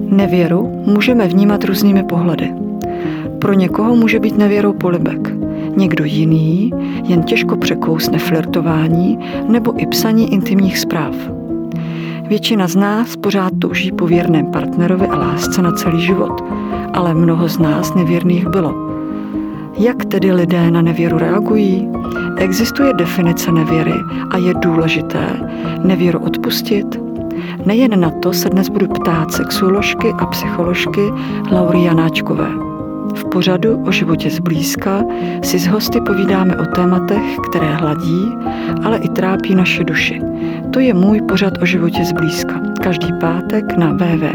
Nevěru můžeme vnímat různými pohledy. Pro někoho může být nevěrou polibek. Někdo jiný jen těžko překousne flirtování nebo i psaní intimních zpráv. Většina z nás pořád touží po věrném partnerovi a lásce na celý život, ale mnoho z nás nevěrných bylo. Jak tedy lidé na nevěru reagují? Existuje definice nevěry a je důležité nevěru odpustit? Nejen na to se dnes budu ptát sexuoložky a psycholožky Laury Janáčkové. V pořadu o životě zblízka si s hosty povídáme o tématech, které hladí, ale i trápí naše duši. To je můj pořad o životě zblízka. Každý pátek na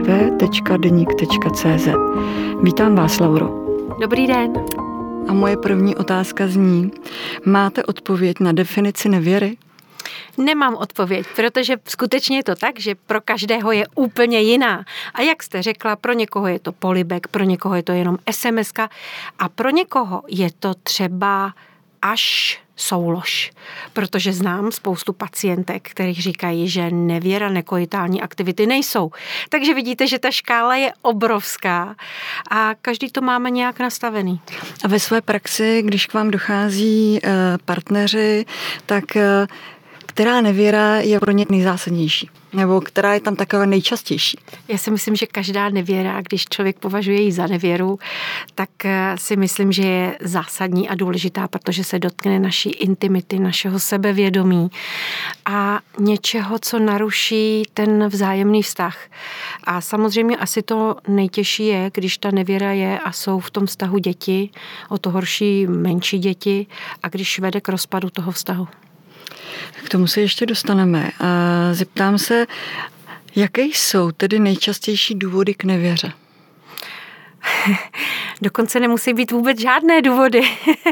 www.denik.cz. Vítám vás, Lauro. Dobrý den. A moje první otázka zní, máte odpověď na definici nevěry? Nemám odpověď, protože skutečně je to tak, že pro každého je úplně jiná. A jak jste řekla, pro někoho je to polibek, pro někoho je to jenom SMS-ka a pro někoho je to třeba až soulož. Protože znám spoustu pacientek, kteří říkají, že nevěra, nekojitální aktivity nejsou. Takže vidíte, že ta škála je obrovská a každý to máme nějak nastavený. A ve své praxi, když k vám dochází partneři, tak která nevěra je pro ně nejzásadnější? Nebo která je tam taková nejčastější? Já si myslím, že každá nevěra, když člověk považuje ji za nevěru, tak si myslím, že je zásadní a důležitá, protože se dotkne naší intimity, našeho sebevědomí a něčeho, co naruší ten vzájemný vztah. A samozřejmě asi to nejtěžší je, když ta nevěra je a jsou v tom vztahu děti, o to horší menší děti a když vede k rozpadu toho vztahu. K tomu se ještě dostaneme. Zeptám se, jaké jsou tedy nejčastější důvody k nevěře? Dokonce nemusí být vůbec žádné důvody.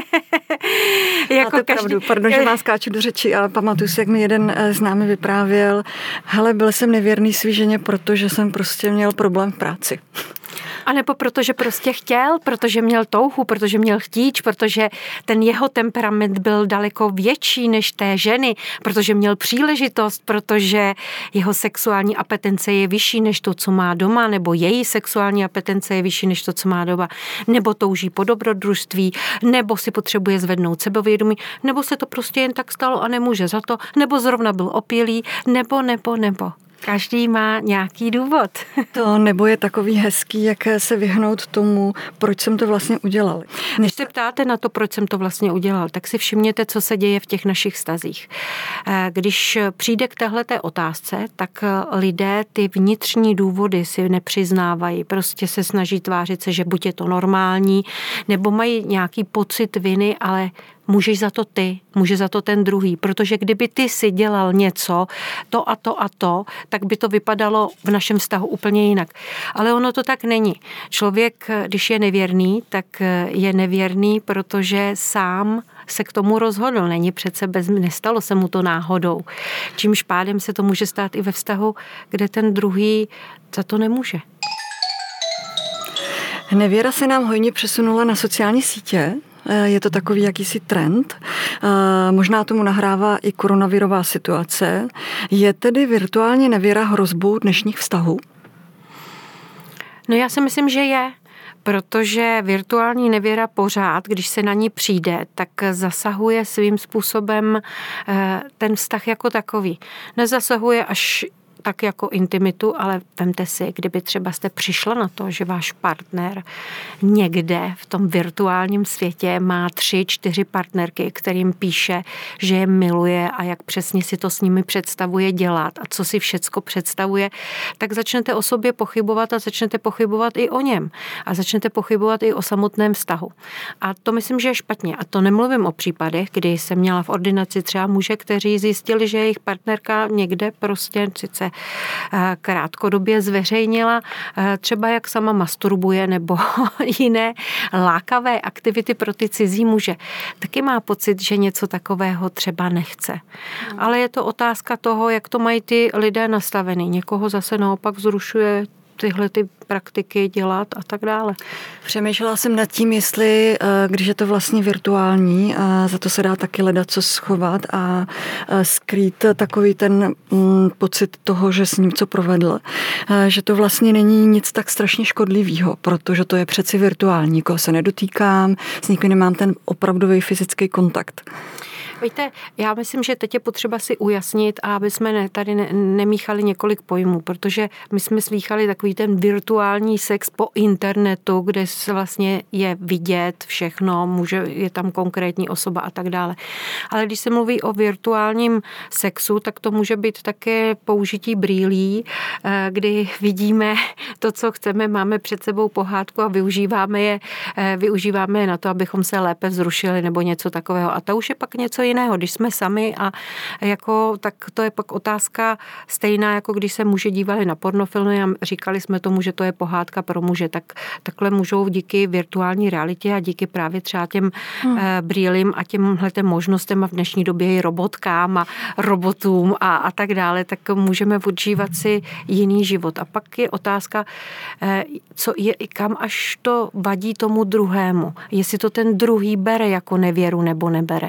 Máte pravdu, pardon, že vás skáču do řeči, ale pamatuju si, jak mi jeden známý vyprávěl, hele, byl jsem nevěrný svý ženě, protože jsem prostě měl problém v práci. A nebo protože prostě chtěl, protože měl touhu, protože měl chtíč, protože ten jeho temperament byl daleko větší než té ženy, protože měl příležitost, protože jeho sexuální apetence je vyšší než to, co má doma, nebo její sexuální apetence je vyšší než to, co má doma, nebo touží po dobrodružství, nebo si potřebuje zvednout sebevědomí, nebo se to prostě jen tak stalo a nemůže za to, nebo zrovna byl opilý, nebo. Každý má nějaký důvod. To nebo je takový hezký, jak se vyhnout tomu, proč jsem to vlastně udělal. Když se ptáte na to, proč jsem to vlastně udělal, tak si všimněte, co se děje v těch našich vztazích. Když přijde k téhleté otázce, tak lidé ty vnitřní důvody si nepřiznávají. Prostě se snaží tvářit se, že buď je to normální, nebo mají nějaký pocit viny, ale můžeš za to ty, může za to ten druhý, protože kdyby ty si dělal něco, to a to a to, tak by to vypadalo v našem vztahu úplně jinak. Ale ono to tak není. Člověk, když je nevěrný, tak je nevěrný, protože sám se k tomu rozhodl. Není přece nestalo se mu to náhodou. Čímž pádem se to může stát i ve vztahu, kde ten druhý za to nemůže. Nevěra se nám hojně přesunula na sociální sítě. Je to takový jakýsi trend. Možná tomu nahrává i koronavirová situace. Je tedy virtuální nevěra hrozbou dnešních vztahů? No já si myslím, že je. Protože virtuální nevěra pořád, když se na ní přijde, tak zasahuje svým způsobem ten vztah jako takový. Nezasahuje až tak jako intimitu, ale vemte si, kdyby třeba jste přišla na to, že váš partner někde v tom virtuálním světě má 3-4 partnerky, kterým píše, že je miluje a jak přesně si to s nimi představuje dělat a co si všecko představuje, tak začnete o sobě pochybovat a začnete pochybovat i o něm. A začnete pochybovat i o samotném vztahu. A to myslím, že je špatně. A to nemluvím o případech, kdy jsem měla v ordinaci třeba muže, kteří zjistili, že jejich partnerka někde prostě sice krátkodobě zveřejnila třeba jak sama masturbuje nebo jiné lákavé aktivity pro ty cizí muže. Taky má pocit, že něco takového třeba nechce. Ale je to otázka toho, jak to mají ty lidé nastavený. Někoho zase naopak vzrušuje tyhle ty praktiky dělat a tak dále. Přemýšlela jsem nad tím, jestli, když je to vlastně virtuální, za to se dá taky ledacos schovat a skrýt takový ten pocit toho, že s ním co provedl, že to vlastně není nic tak strašně škodlivého, protože to je přeci virtuální, nikoho se nedotýkám, s nikým nemám ten opravdový fyzický kontakt. Víte, já myslím, že teď je potřeba si ujasnit, a aby jsme tady nemíchali několik pojmů, protože my jsme slýchali takový ten virtuální sex po internetu, kde se vlastně je vidět všechno, je tam konkrétní osoba a tak dále. Ale když se mluví o virtuálním sexu, tak to může být také použití brýlí, kdy vidíme to, co chceme, máme před sebou pohádku a využíváme je na to, abychom se lépe vzrušili nebo něco takového. A to už je pak něco jiného, když jsme sami a tak to je pak otázka stejná, jako když se muži dívali na pornofilmy a říkali jsme tomu, že to je pohádka pro muže, takhle můžou díky virtuální realitě a díky právě třeba těm brýlím a těmhletem možnostem a v dnešní době i robotkám a robotům a tak dále, tak můžeme odžívat si jiný život. A pak je otázka, kam až to vadí tomu druhému, jestli to ten druhý bere jako nevěru nebo nebere.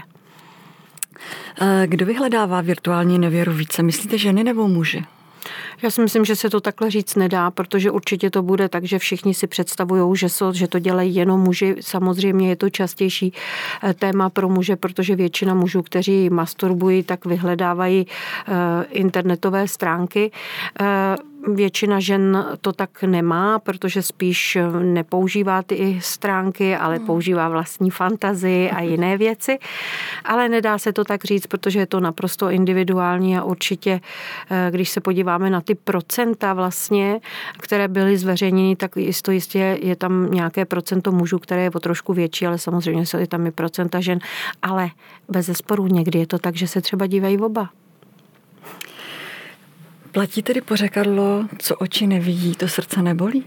Kdo vyhledává virtuální nevěru více? Myslíte ženy nebo muži? Já si myslím, že se to takhle říct nedá, protože určitě to bude tak, že všichni si představují, že to dělají jenom muži. Samozřejmě je to častější téma pro muže, protože většina mužů, kteří masturbují, tak vyhledávají internetové stránky. Většina žen to tak nemá, protože spíš nepoužívá ty stránky, ale používá vlastní fantazii a jiné věci. Ale nedá se to tak říct, protože je to naprosto individuální a určitě, když se podíváme na ty procenta vlastně, které byly zveřejněny, tak jistě je tam nějaké procento mužů, které je o trošku větší, ale samozřejmě jsou tam i procenta žen. Ale bezesporu někdy je to tak, že se třeba dívají oba. Platí tedy pořekadlo, co oči nevidí, to srdce nebolí?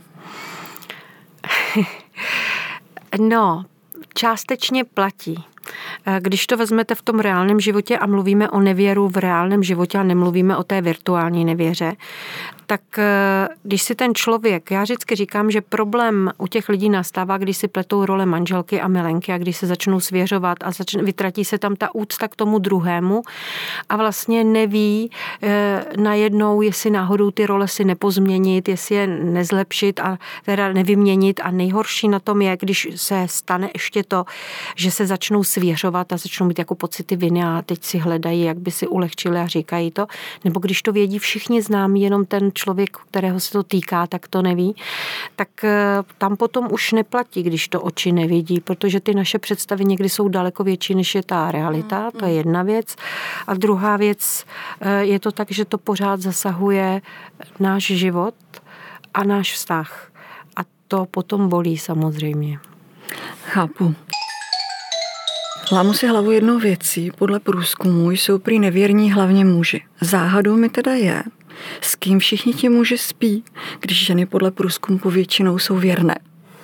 No, částečně platí. Když to vezmete v tom reálném životě a mluvíme o nevěru v reálném životě a nemluvíme o té virtuální nevěře, tak když si ten člověk, já vždycky říkám, že problém u těch lidí nastává, když si pletou role manželky a milenky a když se začnou svěřovat a vytratí se tam ta úcta k tomu druhému a vlastně neví najednou, jestli náhodou ty role si nepozměnit, jestli je nezlepšit a teda nevyměnit a nejhorší na tom je, když se stane ještě to, že se začnou svěřovat a začnou mít jako pocity viny a teď si hledají, jak by si ulehčili a říkají to, nebo když to vědí všichni známí, jenom ten člověk, kterého se to týká, tak to neví, tak tam potom už neplatí, když to oči nevidí, protože ty naše představy někdy jsou daleko větší, než je ta realita, to je jedna věc. A druhá věc je to tak, že to pořád zasahuje náš život a náš vztah. A to potom bolí samozřejmě. Chápu. Lámu si hlavu jednou věcí, podle průzkumu jsou prý nevěrní hlavně muži. Záhadou mi teda je, s kým všichni ti muži spí, když ženy podle průzkumu povětšinou jsou věrné.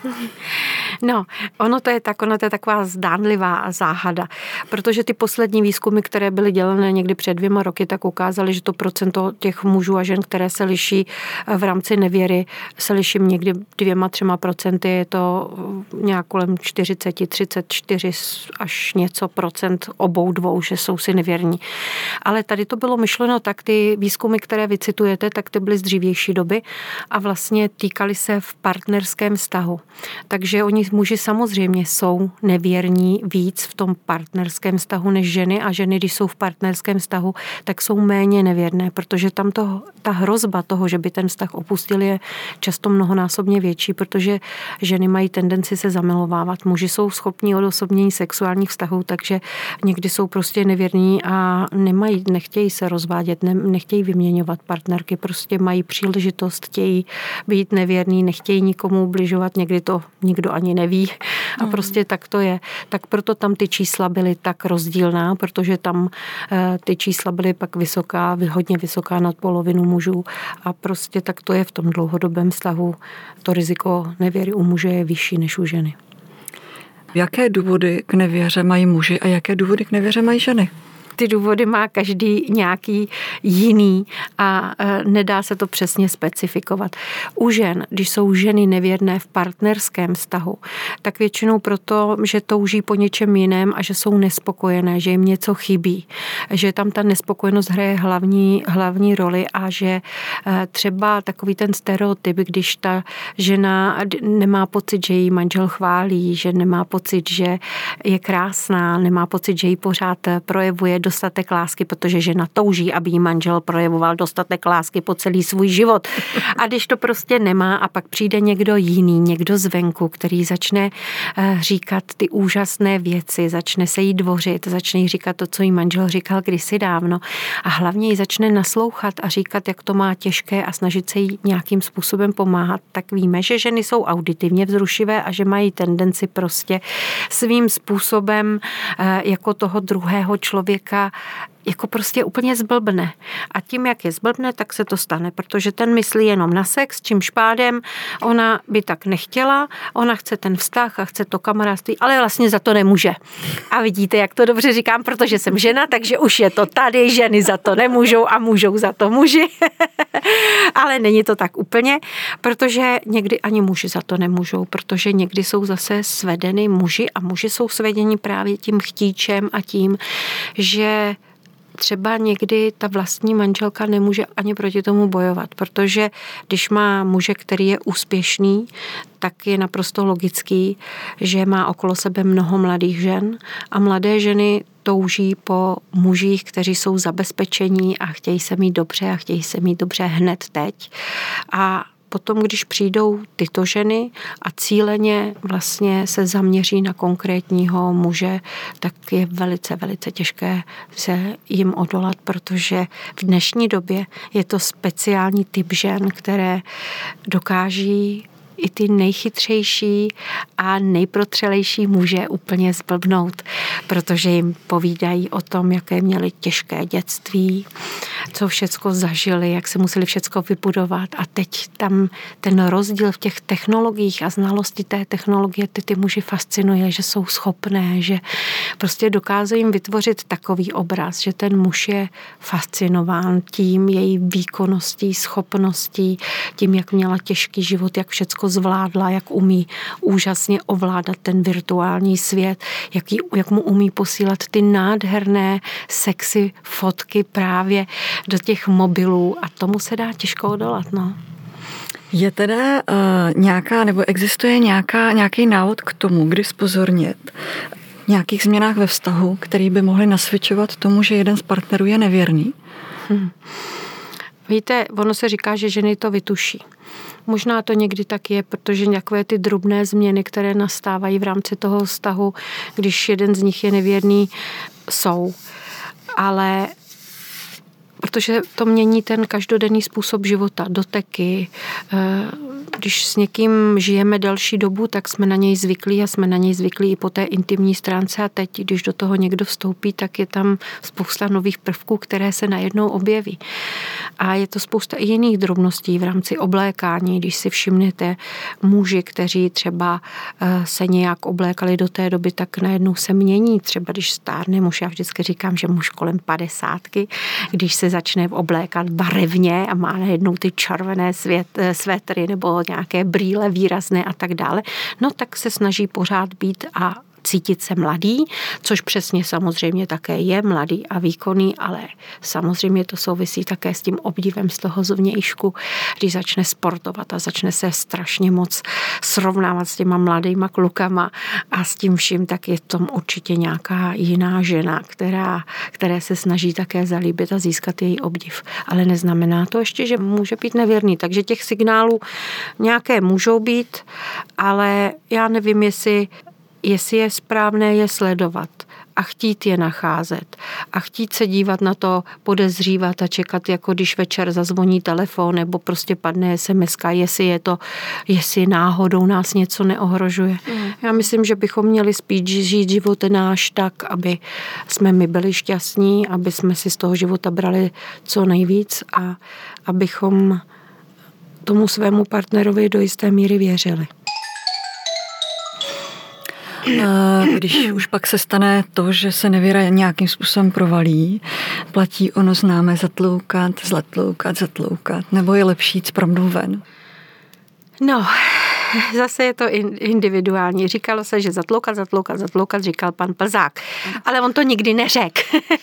No, ono to je taková zdánlivá záhada, protože ty poslední výzkumy, které byly dělané někdy před 2 roky, tak ukázaly, že to procento těch mužů a žen, které se liší v rámci nevěry, se liší někdy 2-3%, je to nějak kolem 40, 34 až něco procent obou dvou, že jsou si nevěrní. Ale tady to bylo myšleno tak, ty výzkumy, které vy citujete, tak ty byly z dřívější doby a vlastně týkaly se v partnerském vztahu. Takže oni muži samozřejmě jsou nevěrní víc v tom partnerském vztahu než ženy a ženy, když jsou v partnerském vztahu, tak jsou méně nevěrné, protože tam ta hrozba toho, že by ten vztah opustili, je často mnohonásobně větší, protože ženy mají tendenci se zamilovávat. Muži jsou schopní odosobnění sexuálních vztahů, takže někdy jsou prostě nevěrní a nechtějí se rozvádět, nechtějí vyměňovat partnerky, prostě mají příležitost, chtějí být nevěrní, nechtějí nikomu ubližovat, někdy to nikdo ani neví a prostě tak to je. Tak proto tam ty čísla byly tak rozdílná, protože tam ty čísla byly pak hodně vysoká nad polovinu mužů a prostě tak to je v tom dlouhodobém vztahu. To riziko nevěry u muže je vyšší než u ženy. Jaké důvody k nevěře mají muži a jaké důvody k nevěře mají ženy? ty důvody má každý nějaký jiný a nedá se to přesně specifikovat. U žen, když jsou ženy nevěrné v partnerském vztahu, tak většinou proto, že touží po něčem jiném a že jsou nespokojené, že jim něco chybí, že tam ta nespokojenost hraje hlavní roli a že třeba takový ten stereotyp, když ta žena nemá pocit, že jí manžel chválí, že nemá pocit, že je krásná, nemá pocit, že jí pořád projevuje dostatek lásky, protože žena touží, aby jí manžel projevoval dostatek lásky po celý svůj život. A když to prostě nemá a pak přijde někdo jiný, někdo zvenku, který začne říkat ty úžasné věci, začne se jí dvořit, začne jí říkat to, co jí manžel říkal kdysi dávno a hlavně jí začne naslouchat a říkat, jak to má těžké a snažit se jí nějakým způsobem pomáhat, tak víme, že ženy jsou auditivně vzrušivé a že mají tendenci prostě svým způsobem jako toho druhého člověka jako prostě úplně zblbne. A tím, jak je zblbne, tak se to stane, protože ten myslí jenom na sex, čímž pádem ona by tak nechtěla, ona chce ten vztah a chce to kamarádství, ale vlastně za to nemůže. A vidíte, jak to dobře říkám, protože jsem žena, takže už je to tady, ženy za to nemůžou a můžou za to muži. Ale není to tak úplně, protože někdy ani muži za to nemůžou, protože někdy jsou zase svedeny muži a muži jsou svedeni právě tím chtíčem a tím, že třeba někdy ta vlastní manželka nemůže ani proti tomu bojovat, protože když má muže, který je úspěšný, tak je naprosto logický, že má okolo sebe mnoho mladých žen a mladé ženy touží po mužích, kteří jsou zabezpečení a chtějí se mít dobře a chtějí se mít dobře hned teď. A potom, když přijdou tyto ženy a cíleně vlastně se zaměří na konkrétního muže, tak je velice, velice těžké se jim odolat, protože v dnešní době je to speciální typ žen, které dokáží i ty nejchytřejší a nejprotřelejší muže úplně zblbnout, protože jim povídají o tom, jaké měli těžké dětství, co všecko zažili, jak se museli všecko vybudovat a teď tam ten rozdíl v těch technologiích a znalosti té technologie ty muži fascinuje, že jsou schopné, že prostě dokážou jim vytvořit takový obraz, že ten muž je fascinován tím její výkonností, schopností, tím, jak měla těžký život, jak všecko zvládla, jak umí úžasně ovládat ten virtuální svět, jak mu umí posílat ty nádherné sexy fotky právě do těch mobilů a tomu se dá těžko odolat, no. Je teda nějaká, nebo existuje nějaký návod k tomu, kdy zpozornit nějakých změnách ve vztahu, který by mohly nasvědčovat tomu, že jeden z partnerů je nevěrný? Víte, ono se říká, že ženy to vytuší. Možná to někdy tak je, protože nějaké ty drobné změny, které nastávají v rámci toho vztahu, když jeden z nich je nevěrný, jsou. Ale protože to mění ten každodenní způsob života, doteky. Když s někým žijeme delší dobu, tak jsme na něj zvyklí a jsme na něj zvyklí i po té intimní stránce a teď, když do toho někdo vstoupí, tak je tam spousta nových prvků, které se najednou objeví. A je to spousta i jiných drobností v rámci oblékání, když si všimnete muži, kteří třeba se nějak oblékali do té doby, tak najednou se mění. Třeba když stárne muž, já vždycky říkám, že muž kolem 50, když se začne oblékat barevně a má najednou ty červené svetry nebo nějaké brýle výrazné a tak dále, no tak se snaží pořád být a cítit se mladý, což přesně samozřejmě také je mladý a výkonný, ale samozřejmě to souvisí také s tím obdivem z toho zvnějšku, když začne sportovat a začne se strašně moc srovnávat s těma mladýma klukama a s tím vším, tak je tam určitě nějaká jiná žena, které se snaží také zalíbit a získat její obdiv. Ale neznamená to ještě, že může být nevěrný. Takže těch signálů nějaké můžou být, ale já nevím, jestli je správné je sledovat a chtít je nacházet a chtít se dívat na to, podezřívat a čekat, jako když večer zazvoní telefon nebo prostě padne SMS-ka, jestli náhodou nás něco neohrožuje. Já myslím, že bychom měli spíš žít život náš tak, aby jsme my byli šťastní, aby jsme si z toho života brali co nejvíc a abychom tomu svému partnerovi do jisté míry věřili. Když už pak se stane to, že se nevěra nějakým způsobem provalí, platí ono známé zatloukat, nebo je lepší jít s pravdou ven? No, zase je to individuální. Říkalo se, že zatloukat, říkal pan Plzák. Ale on to nikdy neřekl.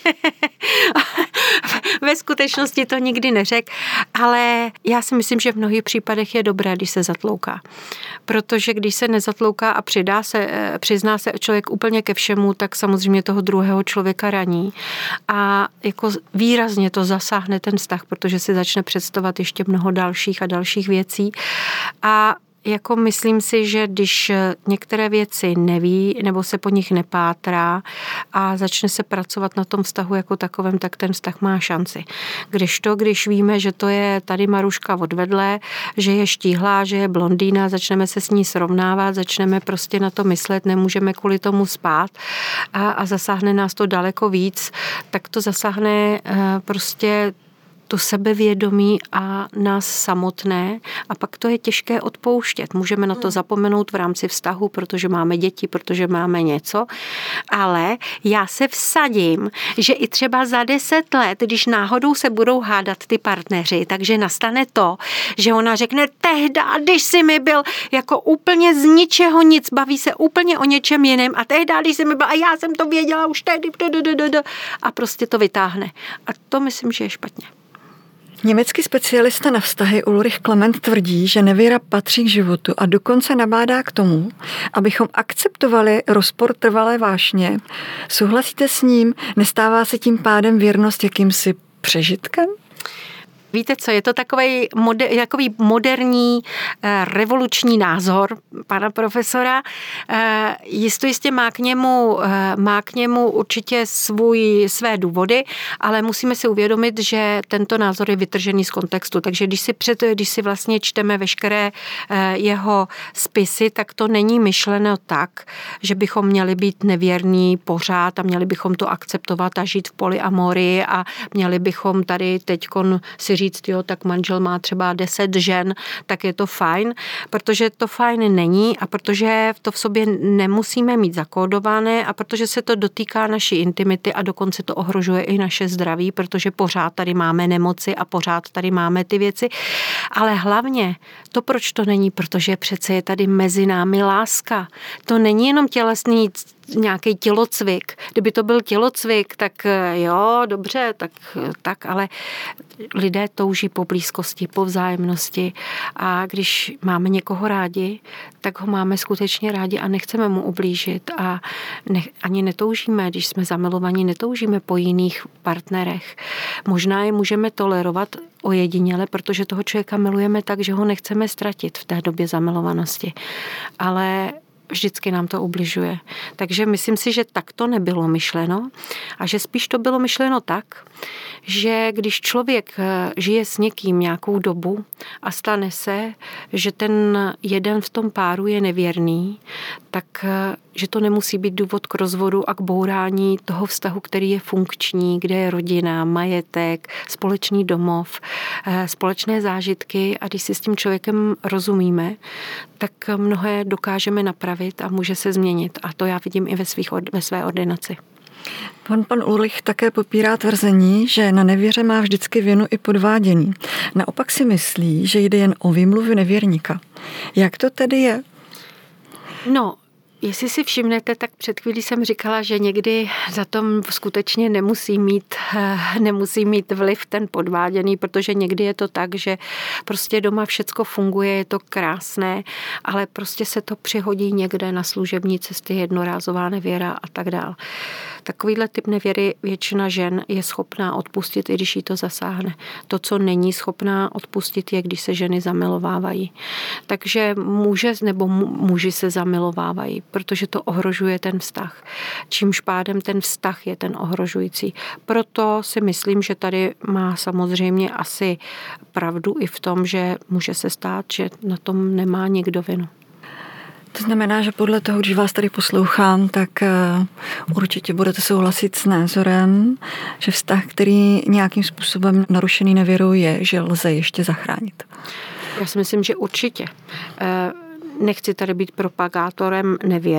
Ve skutečnosti to nikdy neřekl, ale já si myslím, že v mnohých případech je dobré, když se zatlouká. Protože když se nezatlouká a přizná se člověk úplně ke všemu, tak samozřejmě toho druhého člověka raní. A jako výrazně to zasáhne ten vztah, protože si začne představovat ještě mnoho dalších věcí. A jako myslím si, že když některé věci neví nebo se po nich nepátrá a začne se pracovat na tom vztahu jako takovém, tak ten vztah má šanci. Když víme, že to je tady Maruška odvedle, že je štíhlá, že je blondýna, začneme se s ní srovnávat, začneme prostě na to myslet, nemůžeme kvůli tomu spát a zasáhne nás to daleko víc, tak to zasáhne prostě to sebevědomí a nás samotné a pak to je těžké odpouštět. Můžeme na to zapomenout v rámci vztahu, protože máme děti, protože máme něco, ale já se vsadím, že i třeba za 10 let, když náhodou se budou hádat ty partneři, takže nastane to, že ona řekne tehda, když jsi mi byl jako úplně z ničeho nic, baví se úplně o něčem jiném a tehda, když jsi mi byl a já jsem to věděla už tehdy a prostě to vytáhne. A to myslím, že je špatně. Německý specialista na vztahy Ulrich Klement tvrdí, že nevěra patří k životu a dokonce nabádá k tomu, abychom akceptovali rozpor trvalé vášně. Souhlasíte s ním? Nestává se tím pádem věrnost jakýmsi přežitkem? Víte co, je to takový moderní revoluční názor pana profesora. Jistě má k němu určitě své důvody, ale musíme si uvědomit, že tento názor je vytržený z kontextu. Takže když si vlastně čteme veškeré jeho spisy, tak to není myšleno tak, že bychom měli být nevěrní pořád a měli bychom to akceptovat a žít v polyamorii a měli bychom tady teďkon si říct, jo, tak manžel má třeba 10 žen, tak je to fajn, protože to fajn není a protože to v sobě nemusíme mít zakódované a protože se to dotýká naší intimity a dokonce to ohrožuje i naše zdraví, protože pořád tady máme nemoci a pořád tady máme ty věci. Ale hlavně to, proč to není, protože přece je tady mezi námi láska. To není jenom tělesný nějaký tělocvik. Kdyby to byl tělocvik, tak jo, dobře, tak, ale lidé touží po blízkosti, po vzájemnosti a když máme někoho rádi, tak ho máme skutečně rádi a nechceme mu ublížit a ani netoužíme, když jsme zamilovaní, netoužíme po jiných partnerech. Možná je můžeme tolerovat ojediněle, protože toho člověka milujeme tak, že ho nechceme ztratit v té době zamilovanosti. Ale vždycky nám to ubližuje. Takže myslím si, že tak to nebylo myšleno a že spíš to bylo myšleno tak, že když člověk žije s někým nějakou dobu a stane se, že ten jeden v tom páru je nevěrný, tak že to nemusí být důvod k rozvodu a k bourání toho vztahu, který je funkční, kde je rodina, majetek, společný domov, společné zážitky a když si s tím člověkem rozumíme, tak mnohé dokážeme napravit a může se změnit. A to já vidím i ve své ordinaci. Pan Ulrich také popírá tvrzení, že na nevěře má vždycky vinu i podvádění. Naopak si myslí, že jde jen o výmluvy nevěrníka. Jak to tedy je? No, jestli si všimnete, tak před chvílí jsem říkala, že někdy za tom skutečně nemusí mít vliv ten podváděný, protože někdy je to tak, že prostě doma všecko funguje, je to krásné, ale prostě se to přihodí někde na služební cesty, jednorázová nevěra a tak dál. Takovýhle typ nevěry většina žen je schopná odpustit, i když jí to zasáhne. To, co není schopná odpustit, je, když se ženy zamilovávají. Takže muži se zamilovávají, protože to ohrožuje ten vztah. Čímž pádem ten vztah je ten ohrožující. Proto si myslím, že tady má samozřejmě asi pravdu i v tom, že může se stát, že na tom nemá nikdo vinu. To znamená, že podle toho, když vás tady poslouchám, tak určitě budete souhlasit s názorem, že vztah, který nějakým způsobem narušený nevěrou je, že lze ještě zachránit. Já si myslím, že určitě. Nechci tady být propagátorem nevěry,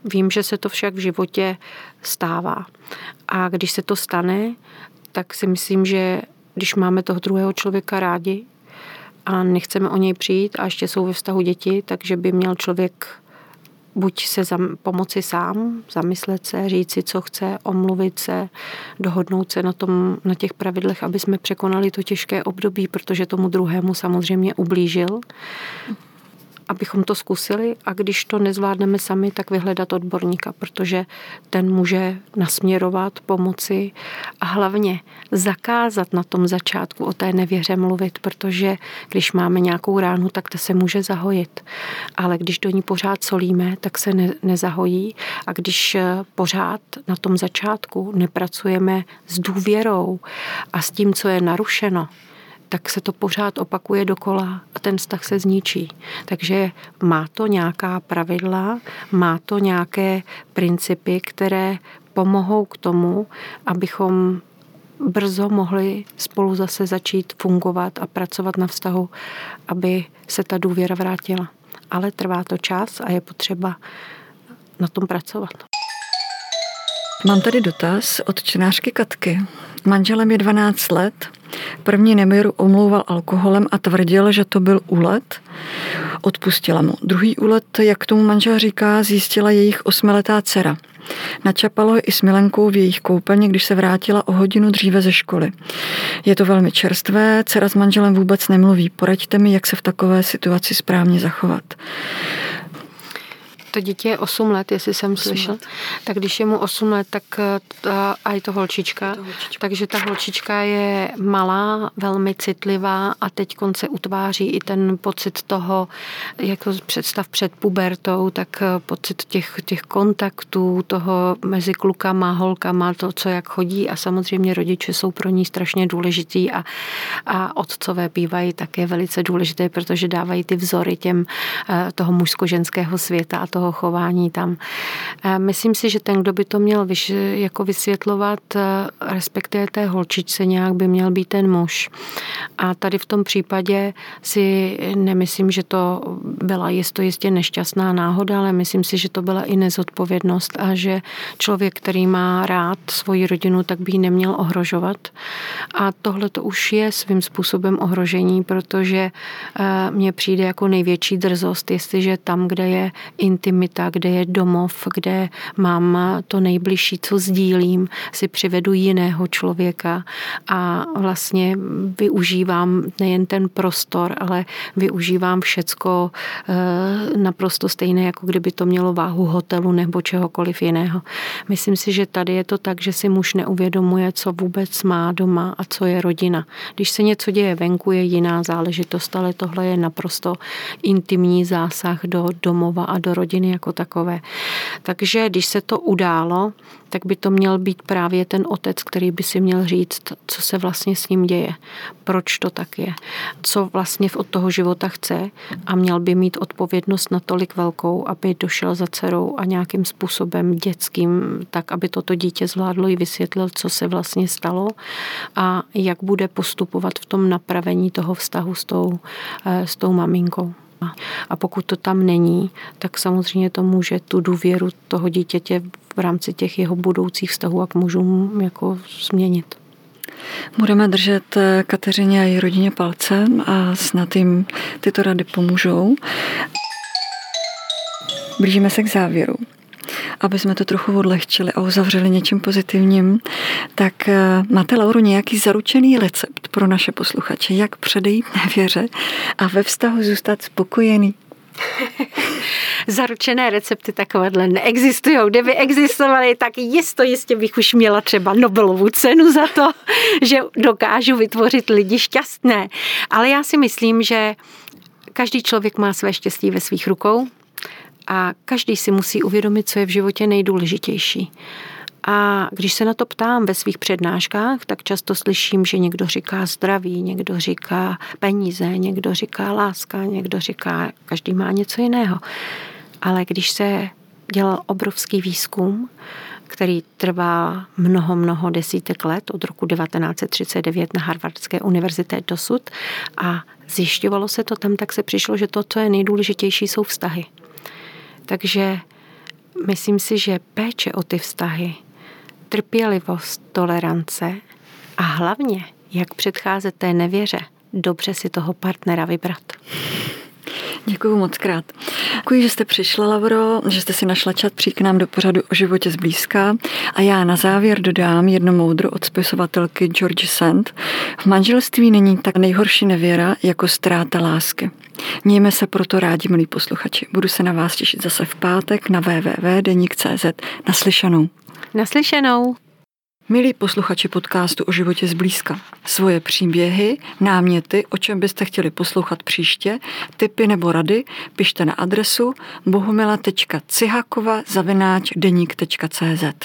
Vím, že se to však v životě stává. A když se to stane, tak si myslím, že když máme toho druhého člověka rádi a nechceme o něj přijít a ještě jsou ve vztahu děti, takže by měl člověk buď se pomoci sám, zamyslet se, říct si, co chce, omluvit se, dohodnout se na těch pravidlech, aby jsme překonali to těžké období, protože tomu druhému samozřejmě ublížil, abychom to zkusili a když to nezvládneme sami, tak vyhledat odborníka, protože ten může nasměrovat, pomoci a hlavně zakázat na tom začátku o té nevěře mluvit, protože když máme nějakou ránu, tak ta se může zahojit. Ale když do ní pořád solíme, tak se nezahojí a když pořád na tom začátku nepracujeme s důvěrou a s tím, co je narušeno, tak se to pořád opakuje dokola a ten vztah se zničí. Takže má to nějaká pravidla, má to nějaké principy, které pomohou k tomu, abychom brzo mohli spolu zase začít fungovat a pracovat na vztahu, aby se ta důvěra vrátila. Ale trvá to čas a je potřeba na tom pracovat. Mám tady dotaz od čtenářky Katky. Manželem je 12 let. První nevěru omlouval alkoholem a tvrdil, že to byl úlet. Odpustila mu. Druhý úlet, jak tomu manžel říká, zjistila jejich 8letá dcera. Načapalo i s Milenkou v jejich koupelně, když se vrátila o hodinu dříve ze školy. Je to velmi čerstvé, dcera s manželem vůbec nemluví. Poraďte mi, jak se v takové situaci správně zachovat. To dítě je 8 let, jestli jsem slyšel. Tak když je mu 8 let, tak a je to holčička. Takže ta holčička je malá, velmi citlivá a teď se utváří i ten pocit toho, jako představ před pubertou, tak pocit těch kontaktů, toho mezi klukama, holkama, to, co jak chodí a samozřejmě rodiče jsou pro ní strašně důležitý a otcové bývají také velice důležité, protože dávají ty vzory toho mužsko-ženského světa a toho chování tam. Myslím si, že ten, kdo by to měl jako vysvětlovat, respektive té holčičce nějak, by měl být ten muž. A tady v tom případě si nemyslím, že to byla jistě nešťastná náhoda, ale myslím si, že to byla i nezodpovědnost a že člověk, který má rád svoji rodinu, tak by ji neměl ohrožovat. A tohle to už je svým způsobem ohrožení, protože mně přijde jako největší drzost, jestliže tam, kde je intimita, kde je domov, kde mám to nejbližší, co sdílím, si přivedu jiného člověka a vlastně využívám nejen ten prostor, ale využívám všecko naprosto stejné, jako kdyby to mělo váhu hotelu nebo čehokoliv jiného. Myslím si, že tady je to tak, že si muž neuvědomuje, co vůbec má doma a co je rodina. Když se něco děje venku, je jiná záležitost, ale tohle je naprosto intimní zásah do domova a do rodiny jako takové. Takže když se to událo, tak by to měl být právě ten otec, který by si měl říct, co se vlastně s ním děje, proč to tak je, co vlastně od toho života chce a měl by mít odpovědnost natolik velkou, aby došel za dcerou a nějakým způsobem dětským, tak aby toto dítě zvládlo i vysvětlil, co se vlastně stalo a jak bude postupovat v tom napravení toho vztahu s tou maminkou. A pokud to tam není, tak samozřejmě to může tu důvěru toho dítěte v rámci těch jeho budoucích vztahů a k mužům jako změnit. Budeme držet Kateřině a její rodině palcem a snad jim tyto rady pomůžou. Blížíme se k závěru. Aby jsme to trochu odlehčili a uzavřeli něčím pozitivním, tak máte, Lauro, nějaký zaručený recept pro naše posluchače, jak předejít nevěře a ve vztahu zůstat spokojený? Zaručené recepty takovéhle neexistují. Kdyby existovaly, tak jistě bych už měla třeba Nobelovu cenu za to, že dokážu vytvořit lidi šťastné. Ale já si myslím, že každý člověk má své štěstí ve svých rukou a každý si musí uvědomit, co je v životě nejdůležitější. A když se na to ptám ve svých přednáškách, tak často slyším, že někdo říká zdraví, někdo říká peníze, někdo říká láska, někdo říká, každý má něco jiného. Ale když se dělal obrovský výzkum, který trvá mnoho desítek let, od roku 1939 na Harvardské univerzitě dosud a zjišťovalo se to tam, tak se přišlo, že to, co je nejdůležitější, jsou vztahy. Takže Myslím si, že péče o ty vztahy, trpělivost, tolerance a hlavně, jak předcházet té nevěře, dobře si toho partnera vybrat. Děkuju moc krát. Děkuji, že jste přišla, Lavro, že jste si našla čas přijít k nám do pořadu O životě zblízka. A já na závěr dodám jedno moudro od spisovatelky George Sand. V manželství není tak nejhorší nevěra jako ztráta lásky. Mějme se proto rádi, milí posluchači. Budu se na vás těšit zase v pátek na www.denik.cz. Naslyšenou. Naslyšenou. Milí posluchači podcastu O životě zblízka, svoje příběhy, náměty, o čem byste chtěli poslouchat příště, tipy nebo rady, pište na adresu bohumila.cihakova@denik.cz.